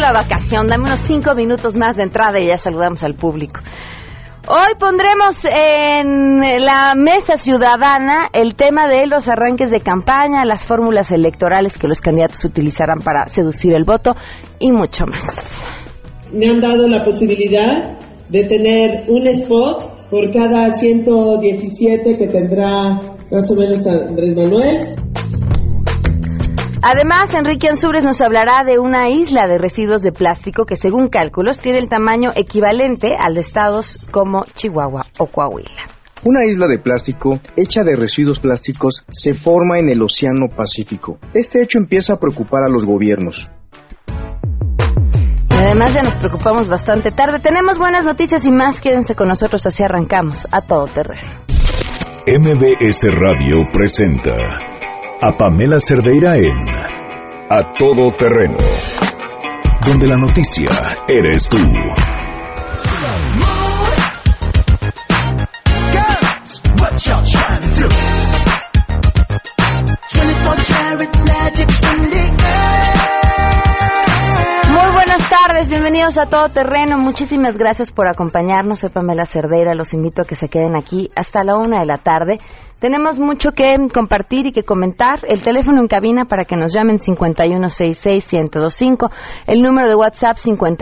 la vacación. Dame unos 5 minutos más de entrada y ya saludamos al público. Hoy pondremos en la mesa ciudadana el tema de los arranques de campaña, las fórmulas electorales que los candidatos utilizarán para seducir el voto y mucho más. Me han dado la posibilidad de tener un spot por cada 117 que tendrá más o menos Andrés Manuel. Además, Enrique Ansúrez nos hablará de una isla de residuos de plástico que, según cálculos, tiene el tamaño equivalente al de estados como Chihuahua o Coahuila. Una isla de plástico hecha de residuos plásticos se forma en el Océano Pacífico. Este hecho empieza a preocupar a los gobiernos. Además, ya nos preocupamos bastante tarde. Tenemos buenas noticias y más. Quédense con nosotros, así arrancamos a todo terreno. MBS Radio presenta a Pamela Cerdeira en A Todo Terreno, donde la noticia eres tú. Muy buenas tardes, bienvenidos a Todo Terreno. Muchísimas gracias por acompañarnos. Soy Pamela Cerdeira. Los invito a que se queden aquí hasta la 1 de la tarde. Tenemos mucho que compartir y que comentar. El teléfono en cabina para que nos llamen 5166-1025. El número de WhatsApp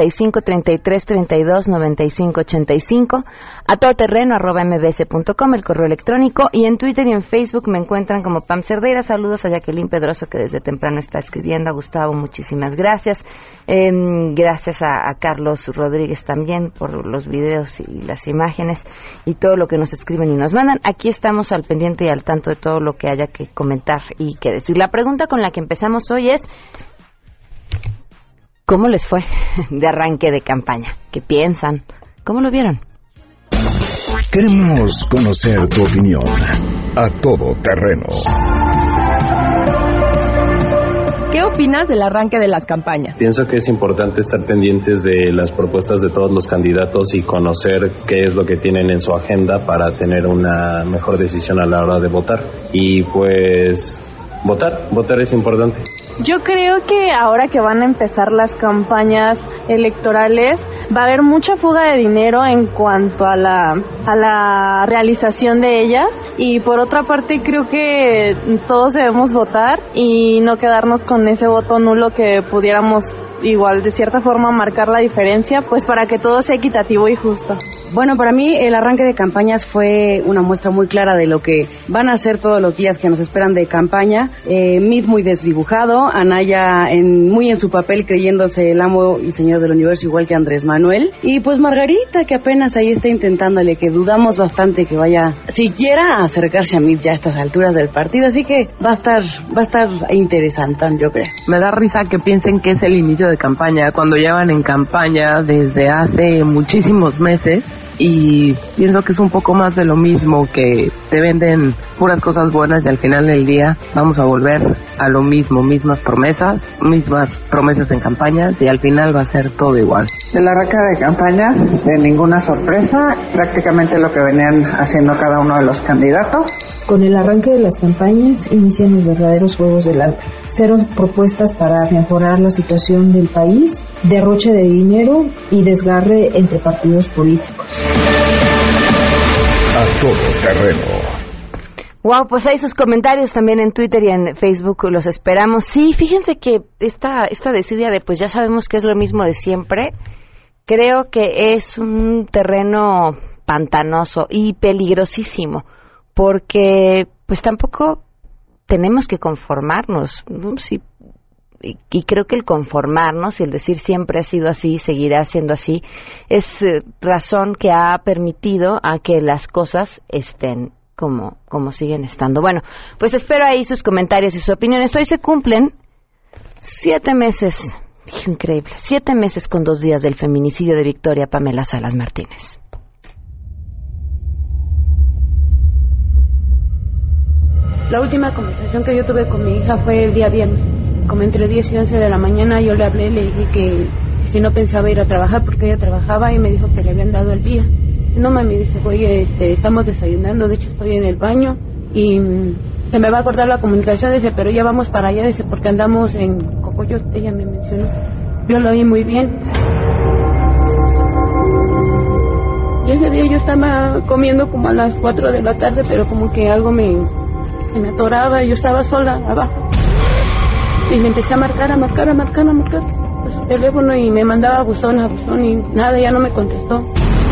5533329585. A todoterreno@mbs.com. El correo electrónico. Y en Twitter y en Facebook me encuentran como Pam Cerdeira. Saludos a Jacqueline Pedroso, que desde temprano está escribiendo. A Gustavo, muchísimas gracias. Gracias a Carlos Rodríguez también por los videos y las imágenes y todo lo que nos escriben y nos mandan. Aquí estamos al pendiente y al tanto de todo lo que haya que comentar y que decir. La pregunta con la que empezamos hoy es: ¿cómo les fue de arranque de campaña? ¿Qué piensan? ¿Cómo lo vieron? Queremos conocer tu opinión. A Todo Terreno. ¿Qué opinas del arranque de las campañas? Pienso que es importante estar pendientes de las propuestas de todos los candidatos y conocer qué es lo que tienen en su agenda para tener una mejor decisión a la hora de votar. Y pues votar es importante. Yo creo que ahora que van a empezar las campañas electorales va a haber mucha fuga de dinero en cuanto a la realización de ellas, y por otra parte creo que todos debemos votar y no quedarnos con ese voto nulo, que pudiéramos igual de cierta forma marcar la diferencia, pues para que todo sea equitativo y justo. Bueno, para mí el arranque de campañas fue una muestra muy clara de lo que van a hacer todos los días que nos esperan de campaña. Mid muy desdibujado, Anaya muy en su papel, creyéndose el amo y señor del universo igual que Andrés Manuel, y pues Margarita, que apenas ahí está intentándole, que dudamos bastante que vaya siquiera a acercarse a Mid ya a estas alturas del partido, así que va a estar interesante, yo creo. Me da risa que piensen que es el inicio de campaña cuando llevan en campaña desde hace muchísimos meses. Y pienso que es un poco más de lo mismo, que te venden puras cosas buenas y al final del día vamos a volver a lo mismo, mismas promesas en campañas, y al final va a ser todo igual. El arranque de campañas, de ninguna sorpresa, prácticamente lo que venían haciendo cada uno de los candidatos. Con el arranque de las campañas inician los verdaderos juegos del hambre. Cero propuestas para mejorar la situación del país, derroche de dinero y desgarre entre partidos políticos. A Todo Terreno. Wow, pues hay sus comentarios también en Twitter y en Facebook, los esperamos. Sí, fíjense que esta desidia de pues ya sabemos que es lo mismo de siempre, creo que es un terreno pantanoso y peligrosísimo, porque pues tampoco tenemos que conformarnos, ¿no? Sí, y creo que el conformarnos y el decir siempre ha sido así, seguirá siendo así, es razón que ha permitido a que las cosas estén como siguen estando. Bueno, pues espero ahí sus comentarios y sus opiniones. Hoy se cumplen 7 meses, increíble, 7 meses con 2 días del feminicidio de Victoria Pamela Salas Martínez. La última conversación que yo tuve con mi hija fue el día viernes, como entre 10 y 11 de la mañana. Yo le hablé, le dije que si no pensaba ir a trabajar porque ella trabajaba, y me dijo que le habían dado el día. No, mami, dice, oye, estamos desayunando, de hecho estoy en el baño y se me va a cortar la comunicación, dice, pero ya vamos para allá, dice, porque andamos en Cocoyot, ella me mencionó. Yo lo vi muy bien. Y ese día yo estaba comiendo como a las 4 de la tarde, pero como que algo me atoraba y yo estaba sola abajo. Y le empecé a marcar a su teléfono y me mandaba buzón y nada, ya no me contestó.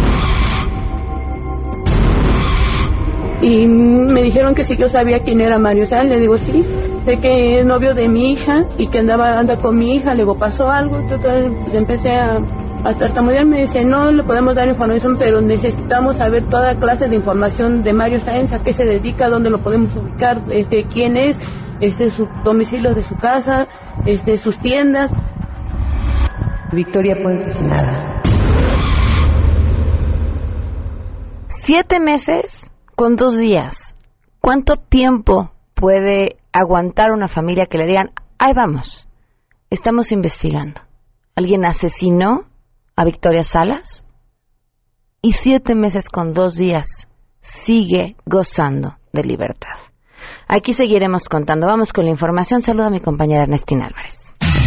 Y me dijeron que si yo sabía quién era Mario Sanz. Le digo, sí, sé que es novio de mi hija y que anda con mi hija. Le digo, ¿pasó algo? Entonces empecé a tartamudear. Me dice, no le podemos dar información, pero necesitamos saber toda clase de información de Mario Sanz, a qué se dedica, dónde lo podemos ubicar, quién es, su domicilio de su casa, sus tiendas. Victoria fue asesinada. 7 meses con 2 días. ¿Cuánto tiempo puede aguantar una familia que le digan, ahí vamos, estamos investigando? ¿Alguien asesinó a Victoria Salas? Y 7 meses con 2 días sigue gozando de libertad. Aquí seguiremos contando. Vamos con la información. Saludo a mi compañera Ernestina Álvarez.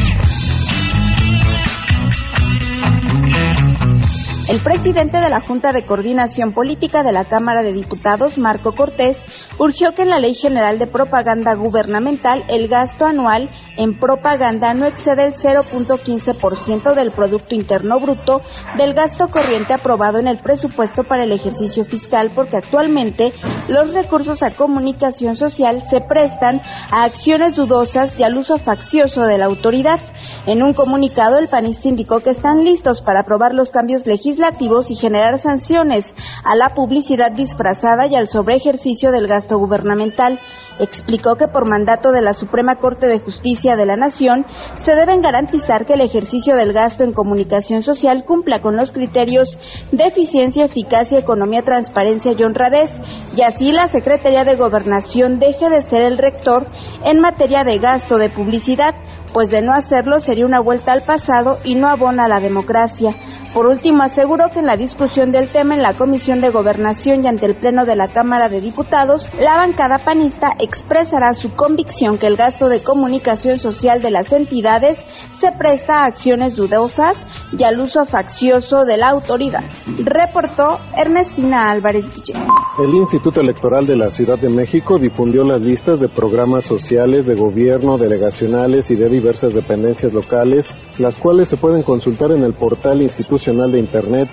El presidente de la Junta de Coordinación Política de la Cámara de Diputados, Marco Cortés, urgió que en la Ley General de Propaganda Gubernamental el gasto anual en propaganda no excede el 0.15% del Producto Interno Bruto del gasto corriente aprobado en el presupuesto para el ejercicio fiscal, porque actualmente los recursos a comunicación social se prestan a acciones dudosas y al uso faccioso de la autoridad. En un comunicado, el panista indicó que están listos para aprobar los cambios legislativos y generar sanciones a la publicidad disfrazada y al sobreejercicio del gasto gubernamental. Explicó que por mandato de la Suprema Corte de Justicia de la Nación se deben garantizar que el ejercicio del gasto en comunicación social cumpla con los criterios de eficiencia, eficacia, economía, transparencia y honradez, y así la Secretaría de Gobernación deje de ser el rector en materia de gasto de publicidad, pues de no hacerlo sería una vuelta al pasado y no abona a la democracia. Por último, aseguró que en la discusión del tema en la Comisión de Gobernación y ante el Pleno de la Cámara de Diputados, la bancada panista expresará su convicción que el gasto de comunicación social de las entidades se presta a acciones dudosas y al uso faccioso de la autoridad. Reportó Ernestina Álvarez Guillén. El Instituto Electoral de la Ciudad de México difundió las listas de programas sociales de gobierno, delegacionales y de diversas dependencias locales, las cuales se pueden consultar en el portal institucional de internet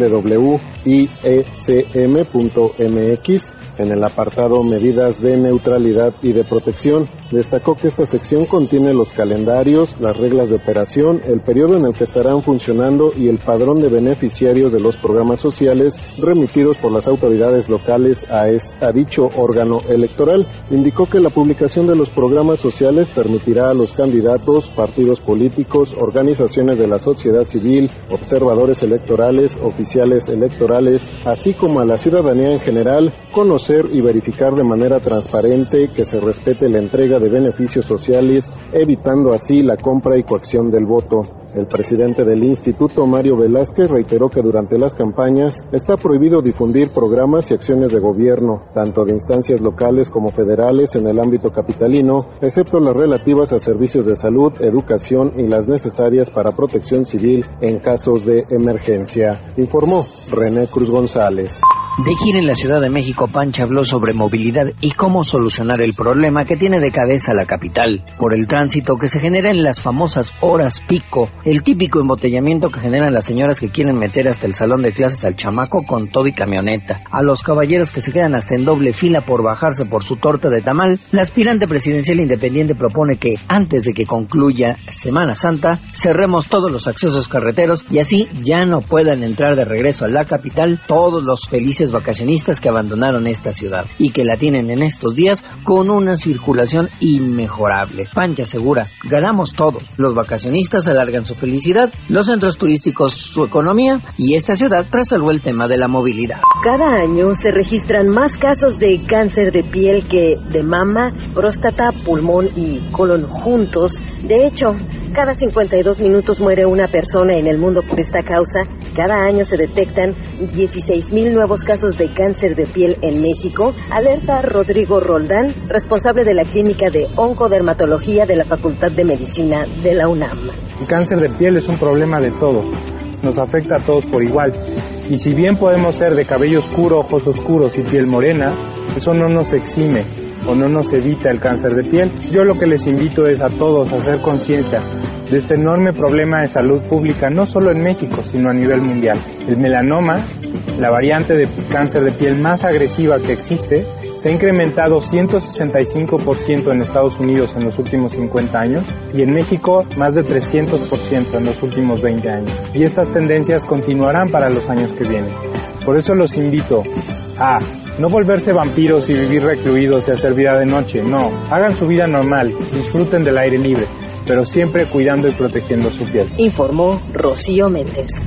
www.iecm.mx en el apartado Medidas de Neutralidad y de Protección. Destacó que esta sección contiene los calendarios, las reglas de operación, el periodo en el que estarán funcionando y el padrón de beneficiarios de los programas sociales remitidos por las autoridades locales a dicho órgano electoral. Indicó que la publicación de los programas sociales permitirá a los candidatos, partidos políticos, organizaciones de la sociedad civil, observadores electorales, oficiales electorales, así como a la ciudadanía en general, conocer y verificar de manera transparente que se respete la entrega de beneficios sociales, evitando así la compra y coacción del voto. El presidente del instituto, Mario Velázquez, reiteró que durante las campañas está prohibido difundir programas y acciones de gobierno, tanto de instancias locales como federales en el ámbito capitalino, excepto las relativas a servicios de salud, educación y las necesarias para protección civil en casos de emergencia, informó René Cruz González. De gira en la Ciudad de México, Pancha habló sobre movilidad y cómo solucionar el problema que tiene de cabeza la capital por el tránsito que se genera en las famosas horas pico, el típico embotellamiento que generan las señoras que quieren meter hasta el salón de clases al chamaco con todo y camioneta, a los caballeros que se quedan hasta en doble fila por bajarse por su torta de tamal. La aspirante presidencial independiente propone que antes de que concluya Semana Santa cerremos todos los accesos carreteros y así ya no puedan entrar de regreso a la capital todos los felices vacacionistas que abandonaron esta ciudad y que la tienen en estos días con una circulación inmejorable. Pancha asegura, ganamos todos, los vacacionistas alargan su felicidad, los centros turísticos su economía y esta ciudad resolvió el tema de la movilidad. Cada año se registran más casos de cáncer de piel que de mama, próstata, pulmón y colon juntos. De hecho, cada 52 minutos muere una persona en el mundo por esta causa. Cada año se detectan 16,000 nuevos casos de cáncer de piel en México, alerta Rodrigo Roldán, responsable de la Clínica de Oncodermatología de la Facultad de Medicina de la UNAM. El cáncer de piel es un problema de todos, nos afecta a todos por igual. Y si bien podemos ser de cabello oscuro, ojos oscuros y piel morena, eso no nos exime o no nos evita el cáncer de piel. Yo lo que les invito es a todos a hacer conciencia de este enorme problema de salud pública, no solo en México, sino a nivel mundial. El melanoma, la variante de cáncer de piel más agresiva que existe, se ha incrementado 165% en Estados Unidos en los últimos 50 años y en México más de 300% en los últimos 20 años. Y estas tendencias continuarán para los años que vienen. Por eso los invito a no volverse vampiros y vivir recluidos y hacer vida de noche. No, hagan su vida normal, disfruten del aire libre, pero siempre cuidando y protegiendo su piel. Informó Rocío Méndez.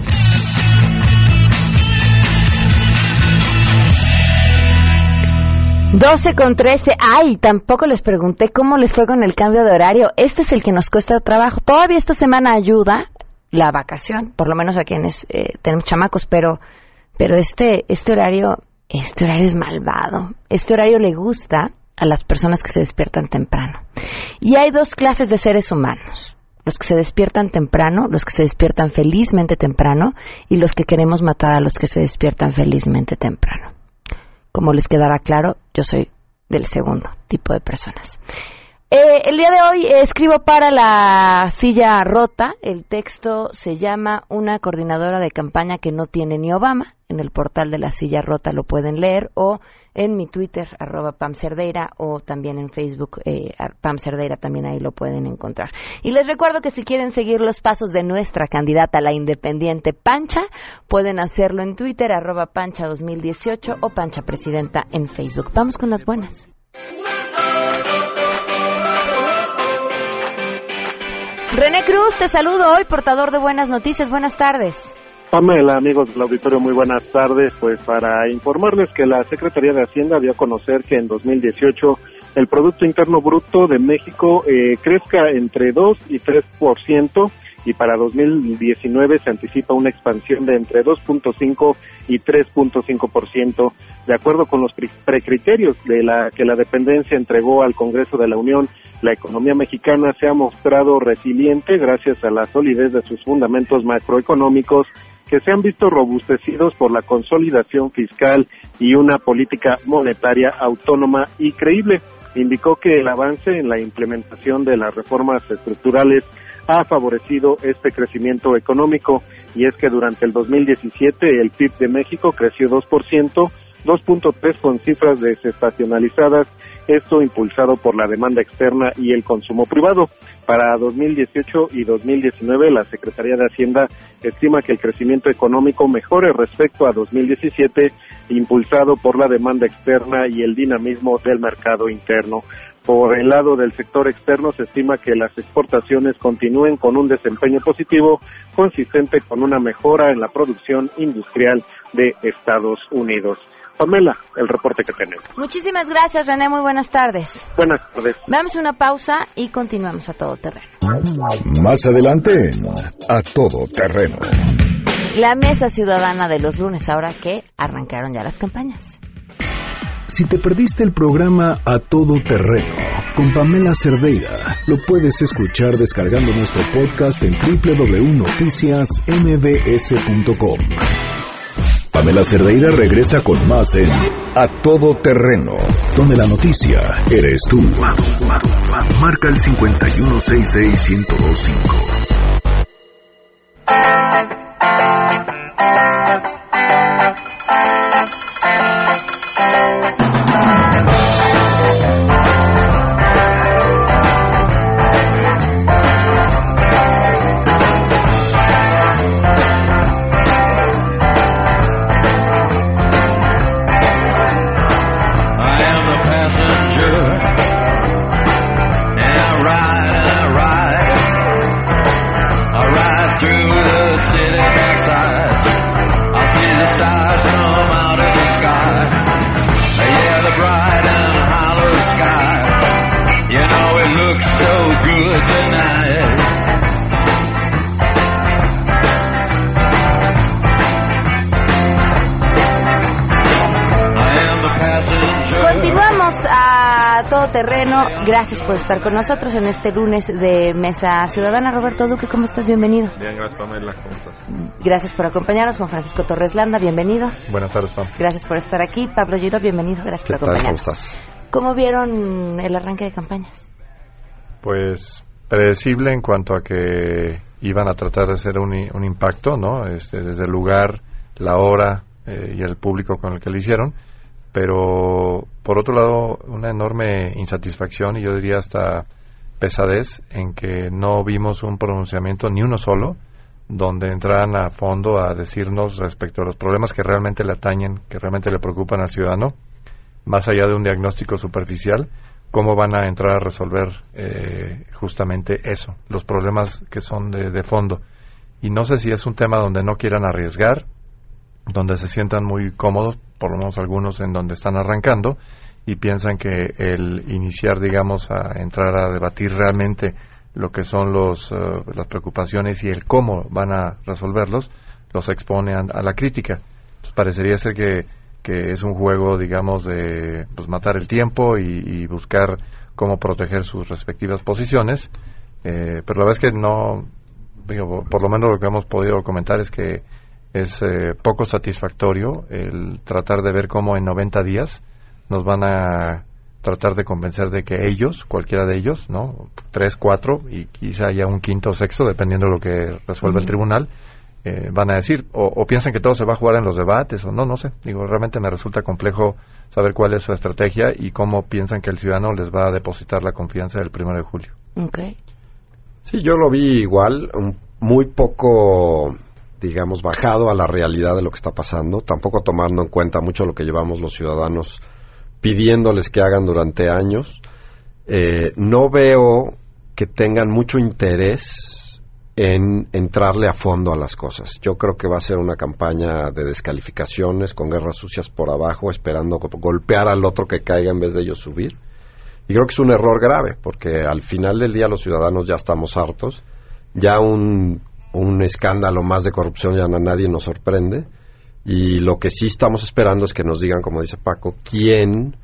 (12:13). Ay, tampoco les pregunté cómo les fue con el cambio de horario. Este es el que nos cuesta trabajo. Todavía esta semana ayuda la vacación, por lo menos a quienes tenemos chamacos, pero este horario es malvado. Este horario le gusta a las personas que se despiertan temprano. Y hay dos clases de seres humanos: los que se despiertan temprano, los que se despiertan felizmente temprano, y los que queremos matar a los que se despiertan felizmente temprano. Como les quedará claro, yo soy del segundo tipo de personas. El día de hoy escribo para La Silla Rota. El texto se llama Una coordinadora de campaña que no tiene ni Obama. En el portal de La Silla Rota lo pueden leer, o en mi Twitter, @PamCerdeira, o también en Facebook, Pam Cerdeira, también ahí lo pueden encontrar. Y les recuerdo que si quieren seguir los pasos de nuestra candidata, la independiente Pancha, pueden hacerlo en Twitter, @Pancha2018, o Pancha Presidenta en Facebook. Vamos con las buenas. René Cruz, te saludo hoy, portador de buenas noticias. Buenas tardes. Pamela, amigos del auditorio, muy buenas tardes. Pues para informarles que la Secretaría de Hacienda dio a conocer que en 2018 el Producto Interno Bruto de México crezca entre 2 y 3%, y para 2019 se anticipa una expansión de entre 2.5 y 3.5%. De acuerdo con los precriterios que la dependencia entregó al Congreso de la Unión, la economía mexicana se ha mostrado resiliente gracias a la solidez de sus fundamentos macroeconómicos, que se han visto robustecidos por la consolidación fiscal y una política monetaria autónoma y creíble. Indicó que el avance en la implementación de las reformas estructurales ha favorecido este crecimiento económico, y es que durante el 2017 el PIB de México creció 2%, 2.3% con cifras desestacionalizadas, esto impulsado por la demanda externa y el consumo privado. Para 2018 y 2019 la Secretaría de Hacienda estima que el crecimiento económico mejore respecto a 2017, impulsado por la demanda externa y el dinamismo del mercado interno. Por el lado del sector externo, se estima que las exportaciones continúen con un desempeño positivo, consistente con una mejora en la producción industrial de Estados Unidos. Pamela, el reporte que tenemos. Muchísimas gracias, René. Muy buenas tardes. Buenas tardes. Damos una pausa y continuamos a todo terreno. Más adelante, a todo terreno. La mesa ciudadana de los lunes, ahora que arrancaron ya las campañas. Si te perdiste el programa A Todo Terreno con Pamela Cerdeira, lo puedes escuchar descargando nuestro podcast en www.noticiasmbs.com. Pamela Cerdeira regresa con más en A Todo Terreno, donde la noticia eres tú. Marca el 5166125. Todo Terreno. Gracias por estar con nosotros en este lunes de Mesa Ciudadana. Roberto Duque, ¿cómo estás? Bienvenido. Bien, gracias, Pamela. ¿Cómo estás? Gracias por acompañarnos. Juan Francisco Torres Landa, bienvenido. Buenas tardes, Pam. Gracias por estar aquí. Pablo Giro, bienvenido. Gracias por acompañarnos. ¿Cómo estás? ¿Cómo vieron el arranque de campañas? Pues predecible en cuanto a que iban a tratar de hacer un impacto, ¿no? Desde el lugar, la hora y el público con el que lo hicieron. Pero, por otro lado, una enorme insatisfacción y yo diría hasta pesadez en que no vimos un pronunciamiento, ni uno solo, donde entraran a fondo a decirnos respecto a los problemas que realmente le atañen, que realmente le preocupan al ciudadano, más allá de un diagnóstico superficial, cómo van a entrar a resolver justamente eso, los problemas que son de fondo. Y no sé si es un tema donde no quieran arriesgar, donde se sientan muy cómodos, por lo menos algunos en donde están arrancando, y piensan que el iniciar, digamos, a entrar a debatir realmente lo que son las preocupaciones y el cómo van a resolverlos, los expone a la crítica. Pues parecería ser que es un juego, digamos, de pues matar el tiempo y buscar cómo proteger sus respectivas posiciones, pero la verdad es que no, digo, por lo menos lo que hemos podido comentar es que es poco satisfactorio el tratar de ver cómo en 90 días nos van a tratar de convencer de que ellos, cualquiera de ellos, ¿no? 3, 4 y quizá haya un quinto o sexto, dependiendo de lo que resuelva el tribunal, van a decir, o piensan que todo se va a jugar en los debates, o no sé. Digo, realmente me resulta complejo saber cuál es su estrategia y cómo piensan que el ciudadano les va a depositar la confianza del 1 de julio. Okay. Sí, yo lo vi igual, muy poco, digamos, bajado a la realidad de lo que está pasando, tampoco tomando en cuenta mucho lo que llevamos los ciudadanos pidiéndoles que hagan durante años. No veo que tengan mucho interés en entrarle a fondo a las cosas. Yo creo que va a ser una campaña de descalificaciones, con guerras sucias por abajo, esperando golpear al otro que caiga en vez de ellos subir. Y creo que es un error grave, porque al final del día los ciudadanos ya estamos hartos, ya un escándalo más de corrupción ya a nadie nos sorprende, y lo que sí estamos esperando es que nos digan, como dice Paco, quién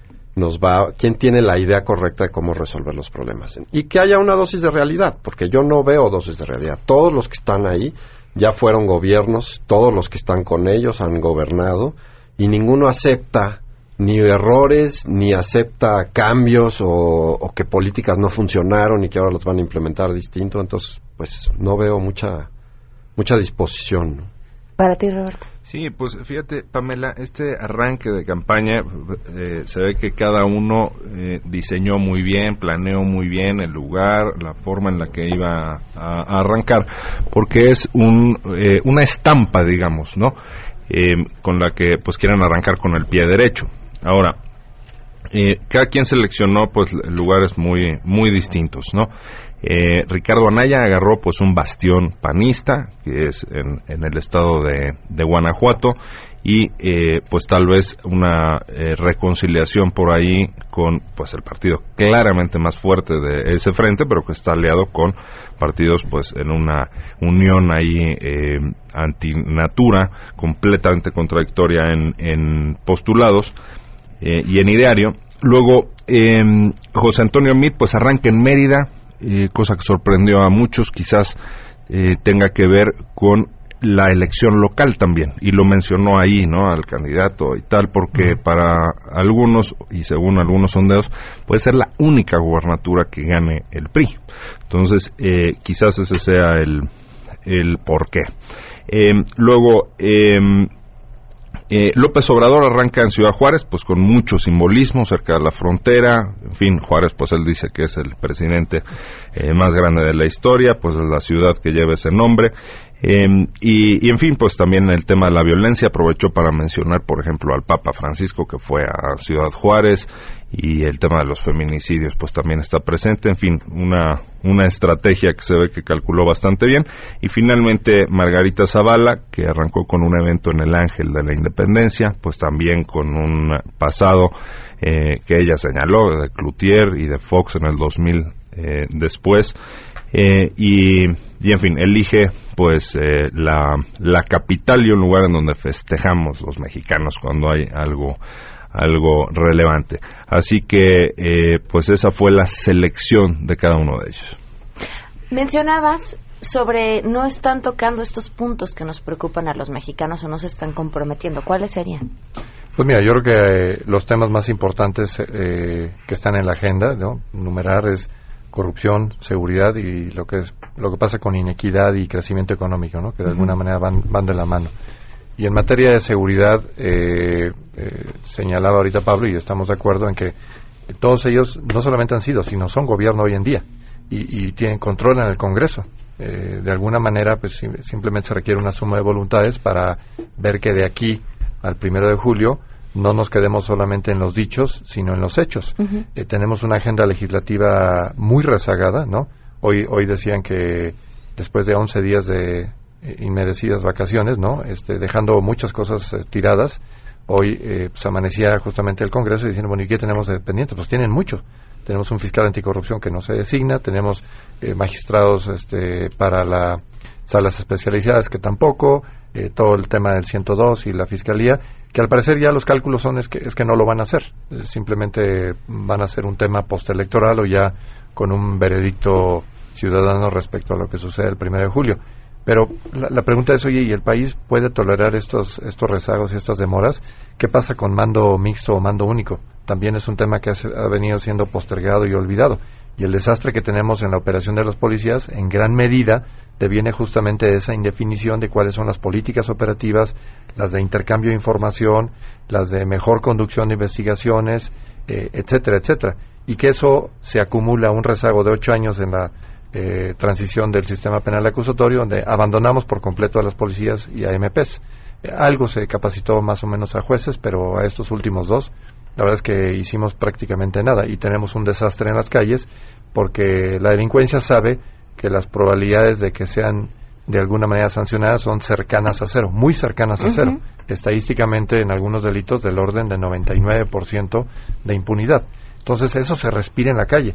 tiene la idea correcta de cómo resolver los problemas, y que haya una dosis de realidad, porque yo no veo dosis de realidad. Todos los que están ahí ya fueron gobiernos, todos los que están con ellos han gobernado, y ninguno acepta ni errores, ni acepta cambios o que políticas no funcionaron y que ahora las van a implementar distinto. Entonces, pues no veo mucha disposición, ¿no? Para ti, Roberto. Sí, pues fíjate, Pamela, este arranque de campaña se ve que cada uno diseñó muy bien, planeó muy bien el lugar, la forma en la que iba a arrancar, porque es una estampa, digamos, ¿no? Con la que pues quieren arrancar con el pie derecho. Ahora, cada quien seleccionó pues lugares muy muy distintos, ¿no? Ricardo Anaya agarró pues un bastión panista, que es en el estado de Guanajuato, y pues tal vez una reconciliación por ahí con pues el partido claramente más fuerte de ese frente, pero que está aliado con partidos pues en una unión ahí antinatura, completamente contradictoria en postulados y en ideario. Luego José Antonio Meade pues arranca en Mérida, cosa que sorprendió a muchos, quizás tenga que ver con la elección local también, y lo mencionó ahí, ¿no?, al candidato y tal, porque para algunos, y según algunos sondeos, puede ser la única gubernatura que gane el PRI. Entonces, quizás ese sea el porqué. Luego, López Obrador arranca en Ciudad Juárez, pues con mucho simbolismo, cerca de la frontera. En fin, Juárez, pues él dice que es el presidente más grande de la historia, pues es la ciudad que lleva ese nombre. Y en fin, pues también el tema de la violencia, aprovechó para mencionar, por ejemplo, al Papa Francisco, que fue a Ciudad Juárez, y el tema de los feminicidios pues también está presente. En fin, una estrategia que se ve que calculó bastante bien. Y finalmente Margarita Zavala, que arrancó con un evento en el Ángel de la Independencia, pues también con un pasado que ella señaló de Cloutier y de Fox en el 2000 después. Y en fin, elige pues la capital y un lugar en donde festejamos los mexicanos cuando hay algo relevante. Así que pues esa fue la selección de cada uno de ellos. Mencionabas sobre no están tocando estos puntos que nos preocupan a los mexicanos o no se están comprometiendo. ¿Cuáles serían? Pues mira, yo creo que los temas más importantes que están en la agenda, ¿no? Numerar es corrupción, seguridad y lo que pasa con inequidad y crecimiento económico, ¿no? Que de alguna manera van de la mano. Y en materia de seguridad, señalaba ahorita Pablo, y estamos de acuerdo en que todos ellos no solamente han sido, sino son gobierno hoy en día y tienen control en el Congreso. De alguna manera, pues simplemente se requiere una suma de voluntades para ver que de aquí al 1 de julio no nos quedemos solamente en los dichos, sino en los hechos. Tenemos una agenda legislativa muy rezagada, ¿no? Hoy decían que después de 11 días de inmerecidas vacaciones, ¿no? Dejando muchas cosas tiradas, hoy pues amanecía justamente el Congreso diciendo, bueno, ¿y qué tenemos de pendiente? Pues tienen mucho. Tenemos un fiscal anticorrupción que no se designa, tenemos magistrados para las salas especializadas que tampoco, todo el tema del 102 y la fiscalía, que al parecer ya los cálculos son es que no lo van a hacer, simplemente van a ser un tema postelectoral o ya con un veredicto ciudadano respecto a lo que sucede el 1 de julio. Pero la pregunta es, oye, ¿y el país puede tolerar estos rezagos y estas demoras? ¿Qué pasa con mando mixto o mando único? También es un tema que ha venido siendo postergado y olvidado. Y el desastre que tenemos en la operación de los policías, en gran medida, deviene justamente de esa indefinición de cuáles son las políticas operativas, las de intercambio de información, las de mejor conducción de investigaciones, etcétera, etcétera. Y que eso se acumula un rezago de 8 años en la transición del sistema penal acusatorio, donde abandonamos por completo a las policías y a MPs. Algo se capacitó más o menos a jueces, pero a estos últimos dos, la verdad es que hicimos prácticamente nada y tenemos un desastre en las calles porque la delincuencia sabe que las probabilidades de que sean de alguna manera sancionadas son cercanas a cero, muy cercanas a cero. Estadísticamente en algunos delitos del orden de 99% de impunidad. Entonces eso se respira en la calle.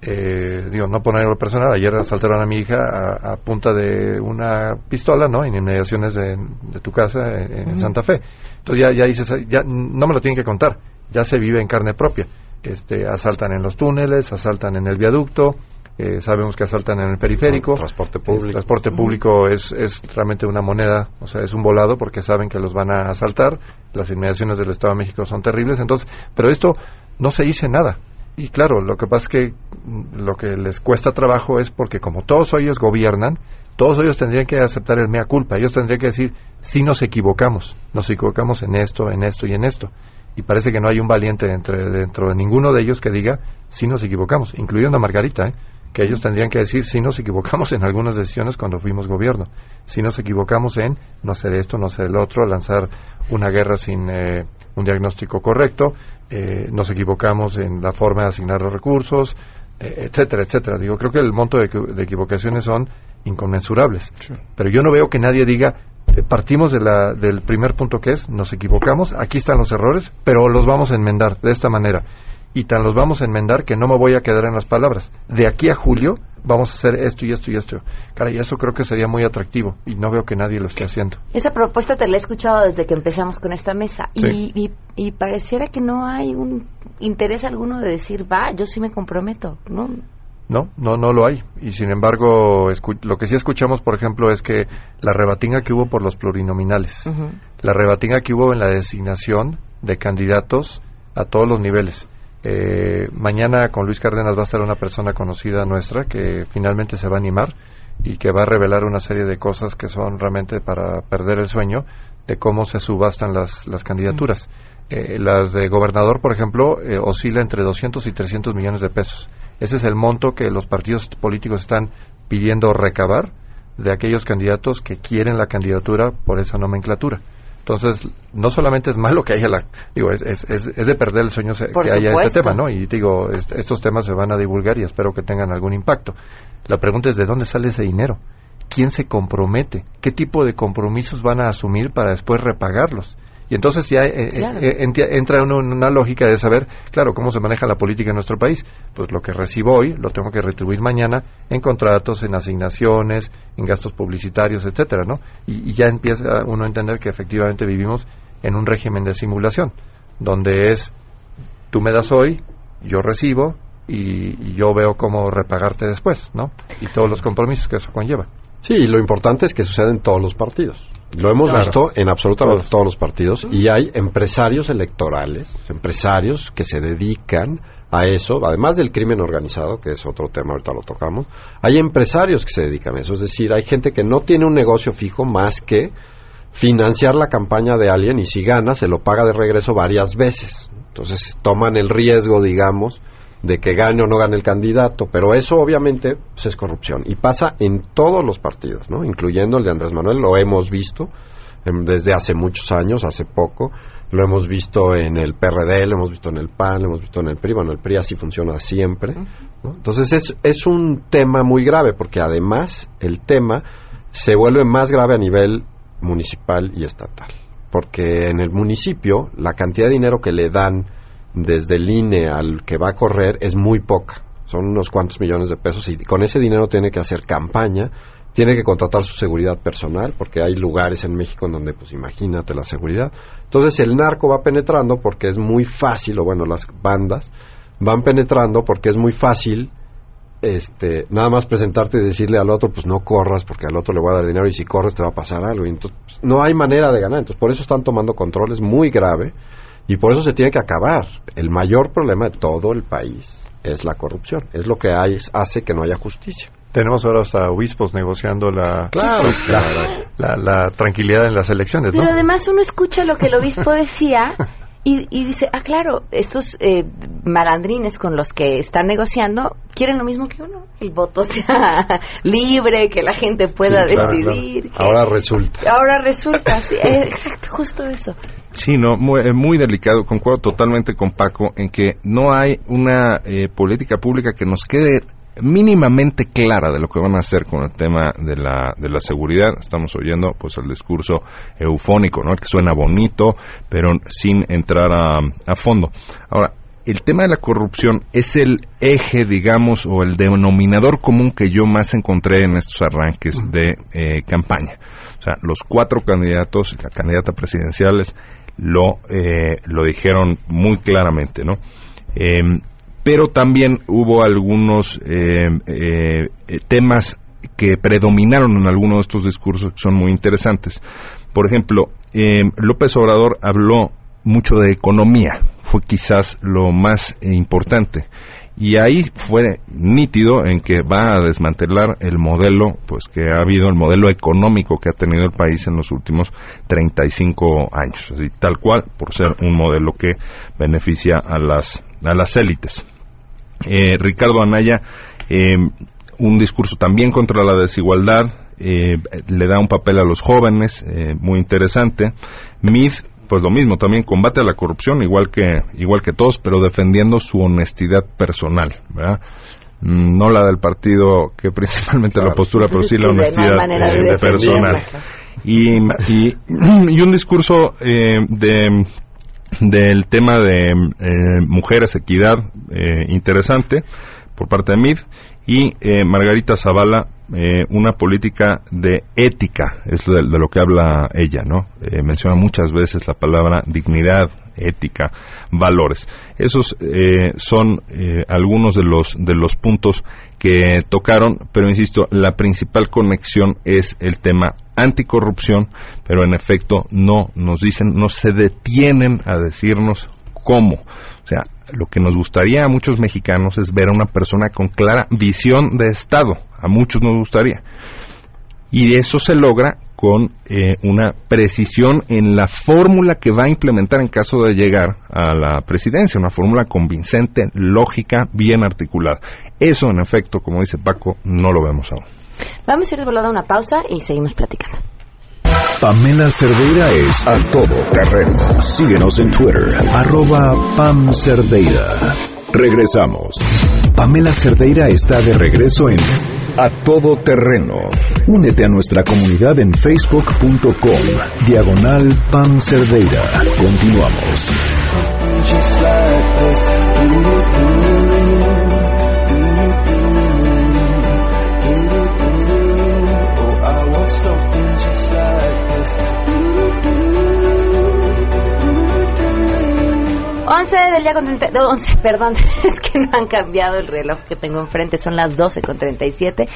No ponerlo personal, ayer asaltaron a mi hija a punta de una pistola, ¿no? En inmediaciones de tu casa en Santa Fe. Entonces ya dices, ya no me lo tienen que contar, ya se vive en carne propia. Asaltan en los túneles, asaltan en el viaducto, sabemos que asaltan en el periférico. Transporte público. El transporte público es realmente una moneda, o sea, es un volado porque saben que los van a asaltar. Las inmediaciones del Estado de México son terribles, entonces, pero esto no se dice nada. Y claro, lo que pasa es que lo que les cuesta trabajo es porque como todos ellos gobiernan, todos ellos tendrían que aceptar el mea culpa. Ellos tendrían que decir, sí nos equivocamos en esto y en esto. Y parece que no hay un valiente dentro de ninguno de ellos que diga, sí nos equivocamos, incluyendo a Margarita, que ellos tendrían que decir, sí nos equivocamos en algunas decisiones cuando fuimos gobierno. Sí nos equivocamos en no hacer esto, no hacer el otro, lanzar una guerra sin un diagnóstico correcto, nos equivocamos en la forma de asignar los recursos, etcétera, etcétera. Creo que el monto de equivocaciones son inconmensurables. Sí. Pero yo no veo que nadie diga, partimos del primer punto que es, nos equivocamos, aquí están los errores, pero los vamos a enmendar de esta manera. Y tan los vamos a enmendar que no me voy a quedar en las palabras. De aquí a julio vamos a hacer esto y esto y esto. Caray, eso creo que sería muy atractivo y no veo que nadie lo esté haciendo. Esa propuesta te la he escuchado desde que empezamos con esta mesa. Sí. Y pareciera que no hay un interés alguno de decir, yo sí me comprometo, ¿no? No lo hay. Y sin embargo, lo que sí escuchamos, por ejemplo, es que la rebatinga que hubo por los plurinominales, la rebatinga que hubo en la designación de candidatos a todos los niveles. Mañana con Luis Cárdenas va a estar una persona conocida nuestra que finalmente se va a animar y que va a revelar una serie de cosas que son realmente para perder el sueño de cómo se subastan las candidaturas. Las de gobernador, por ejemplo, oscila entre 200 y 300 millones de pesos. Ese es el monto que los partidos políticos están pidiendo recabar de aquellos candidatos que quieren la candidatura por esa nomenclatura. Entonces, no solamente es malo que haya es de perder el sueño que haya este tema, ¿no? Y estos temas se van a divulgar y espero que tengan algún impacto. La pregunta es, ¿de dónde sale ese dinero? ¿Quién se compromete? ¿Qué tipo de compromisos van a asumir para después repagarlos? Y entonces ya entra uno en una lógica de saber, claro, cómo se maneja la política en nuestro país. Pues lo que recibo hoy lo tengo que retribuir mañana en contratos, en asignaciones, en gastos publicitarios, etcétera, ¿no? Y ya empieza uno a entender que efectivamente vivimos en un régimen de simulación, donde es, tú me das hoy, yo recibo, y yo veo cómo repagarte después, ¿no? Y todos los compromisos que eso conlleva. Sí, y lo importante es que sucede en todos los partidos. Lo hemos visto en absolutamente todos los partidos, y hay empresarios electorales, empresarios que se dedican a eso, además del crimen organizado, que es otro tema, ahorita lo tocamos. Hay empresarios que se dedican a eso, es decir, hay gente que no tiene un negocio fijo más que financiar la campaña de alguien, y si gana se lo paga de regreso varias veces. Entonces toman el riesgo, digamos, de que gane o no gane el candidato, pero eso obviamente pues, es corrupción, y pasa en todos los partidos, ¿no? Incluyendo el de Andrés Manuel. Lo hemos visto desde hace muchos años, hace poco, lo hemos visto en el PRD, lo hemos visto en el PAN, lo hemos visto en el PRI. Bueno, el PRI así funciona siempre, ¿no? Entonces es un tema muy grave, porque además el tema se vuelve más grave a nivel municipal y estatal, porque en el municipio la cantidad de dinero que le dan desde el INE al que va a correr es muy poca, son unos cuantos millones de pesos, y con ese dinero tiene que hacer campaña, tiene que contratar su seguridad personal, porque hay lugares en México en donde, pues imagínate la seguridad. Entonces el narco va penetrando porque es muy fácil, o bueno, las bandas van penetrando porque es muy fácil nada más presentarte y decirle al otro, pues no corras porque al otro le voy a dar dinero, y si corres te va a pasar algo, y entonces pues, no hay manera de ganar. Entonces por eso están tomando controles muy grave, y por eso se tiene que acabar. El mayor problema de todo el país es la corrupción, es lo que hace que no haya justicia. Tenemos ahora hasta obispos negociando la tranquilidad en las elecciones, ¿no? Pero además uno escucha lo que el obispo decía y dice, claro, estos malandrines con los que están negociando quieren lo mismo que uno, el voto sea libre, que la gente pueda decidir. Claro. Ahora resulta, sí, exacto, justo eso. Sí, no, muy delicado. Concuerdo totalmente con Paco en que no hay una política pública que nos quede mínimamente clara de lo que van a hacer con el tema de la seguridad. Estamos oyendo pues el discurso eufónico, ¿no? Que suena bonito, pero sin entrar a fondo. Ahora, el tema de la corrupción es el eje, digamos, o el denominador común que yo más encontré en estos arranques de campaña. O sea, los 4 candidatos y la candidata presidenciales lo dijeron muy claramente, ¿no? Pero también hubo algunos temas que predominaron en algunos de estos discursos que son muy interesantes. Por ejemplo, López Obrador habló mucho de economía, fue quizás lo más importante, y ahí fue nítido en que va a desmantelar el modelo pues que ha habido, el modelo económico que ha tenido el país en los últimos 35 años, así, tal cual, por ser un modelo que beneficia a las élites. Ricardo Anaya, un discurso también contra la desigualdad, le da un papel a los jóvenes, muy interesante. Mid, pues lo mismo, también combate a la corrupción, igual que todos, pero defendiendo su honestidad personal, ¿verdad? No la del partido, que principalmente la postura, pero sí la honestidad personal. Y un discurso del tema de mujeres, equidad, interesante por parte de Mid, y Margarita Zavala, una política de ética, es de lo que habla ella, ¿no? Menciona muchas veces la palabra dignidad, ética, valores. Esos son algunos de los puntos que tocaron, pero insisto, la principal conexión es el tema anticorrupción, pero en efecto no nos dicen, no se detienen a decirnos cómo. O sea, lo que nos gustaría a muchos mexicanos es ver a una persona con clara visión de Estado. A muchos nos gustaría. Y eso se logra con una precisión en la fórmula que va a implementar en caso de llegar a la presidencia. Una fórmula convincente, lógica, bien articulada. Eso, en efecto, como dice Paco, no lo vemos aún. Vamos a ir volando a una pausa y seguimos platicando. Pamela Cerdeira es a todo terreno. Síguenos en Twitter, @PamCerdeira. Regresamos. Pamela Cerdeira está de regreso en A Todo Terreno. Únete a nuestra comunidad en facebook.com/Pam Cerdeira. Continuamos. Del día con 11, perdón, es que no han cambiado el reloj que tengo enfrente, son las 12:37.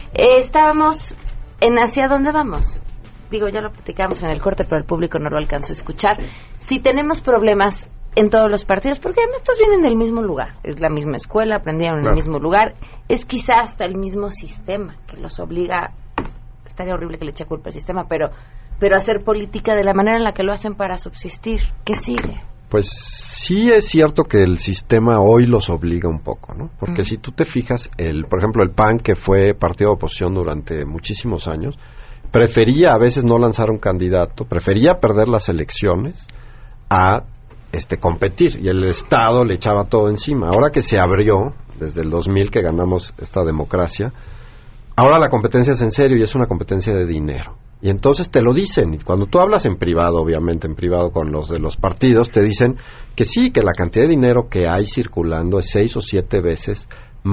Estábamos en ¿hacia dónde vamos? Digo, ya lo platicamos en el corte, pero el público no lo alcanzó a escuchar. Si tenemos problemas en todos los partidos, porque además estos vienen del mismo lugar, es la misma escuela, aprendieron en el mismo lugar, es quizá hasta el mismo sistema que los obliga, estaría horrible que le eche culpa al sistema, pero hacer política de la manera en la que lo hacen para subsistir. ¿Qué sigue? Pues sí es cierto que el sistema hoy los obliga un poco, ¿no? Porque si tú te fijas, por ejemplo, el PAN, que fue partido de oposición durante muchísimos años, prefería a veces no lanzar un candidato, prefería perder las elecciones a competir, y el Estado le echaba todo encima. Ahora que se abrió, desde el 2000 que ganamos esta democracia, ahora la competencia es en serio y es una competencia de dinero. Y entonces te lo dicen, y cuando tú hablas en privado, obviamente en privado con los de los partidos, te dicen que sí, que la cantidad de dinero que hay circulando es 6 o 7 veces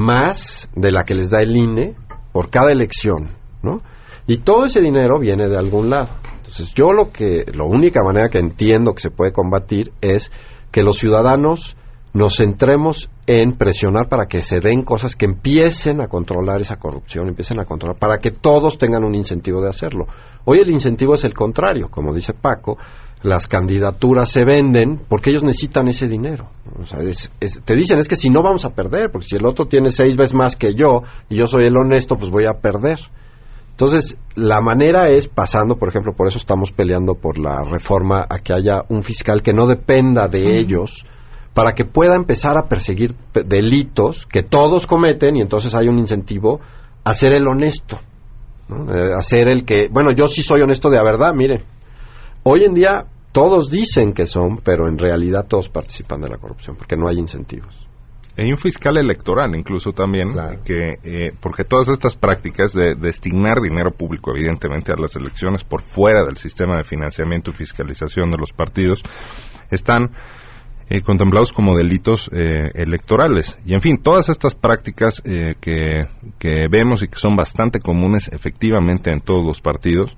más de la que les da el INE por cada elección, ¿no? Y todo ese dinero viene de algún lado. Entonces yo la única manera que entiendo que se puede combatir es que los ciudadanos nos centremos en presionar para que se den cosas que empiecen a controlar esa corrupción, empiecen a controlar, para que todos tengan un incentivo de hacerlo. Hoy el incentivo es el contrario, como dice Paco, las candidaturas se venden porque ellos necesitan ese dinero. O sea, te dicen, es que si no vamos a perder, porque si el otro tiene 6 veces más que yo y yo soy el honesto, pues voy a perder. Entonces, la manera es pasando, por ejemplo, por eso estamos peleando por la reforma a que haya un fiscal que no dependa de ellos, para que pueda empezar a perseguir delitos que todos cometen, y entonces hay un incentivo a ser el honesto, ¿no? A ser el que, bueno, yo sí soy honesto de a verdad, mire. Hoy en día todos dicen que son, pero en realidad todos participan de la corrupción, porque no hay incentivos. Hay un fiscal electoral incluso también, claro, que porque todas estas prácticas de destinar dinero público evidentemente a las elecciones por fuera del sistema de financiamiento y fiscalización de los partidos están contemplados como delitos electorales. Y en fin, todas estas prácticas que vemos y que son bastante comunes efectivamente en todos los partidos,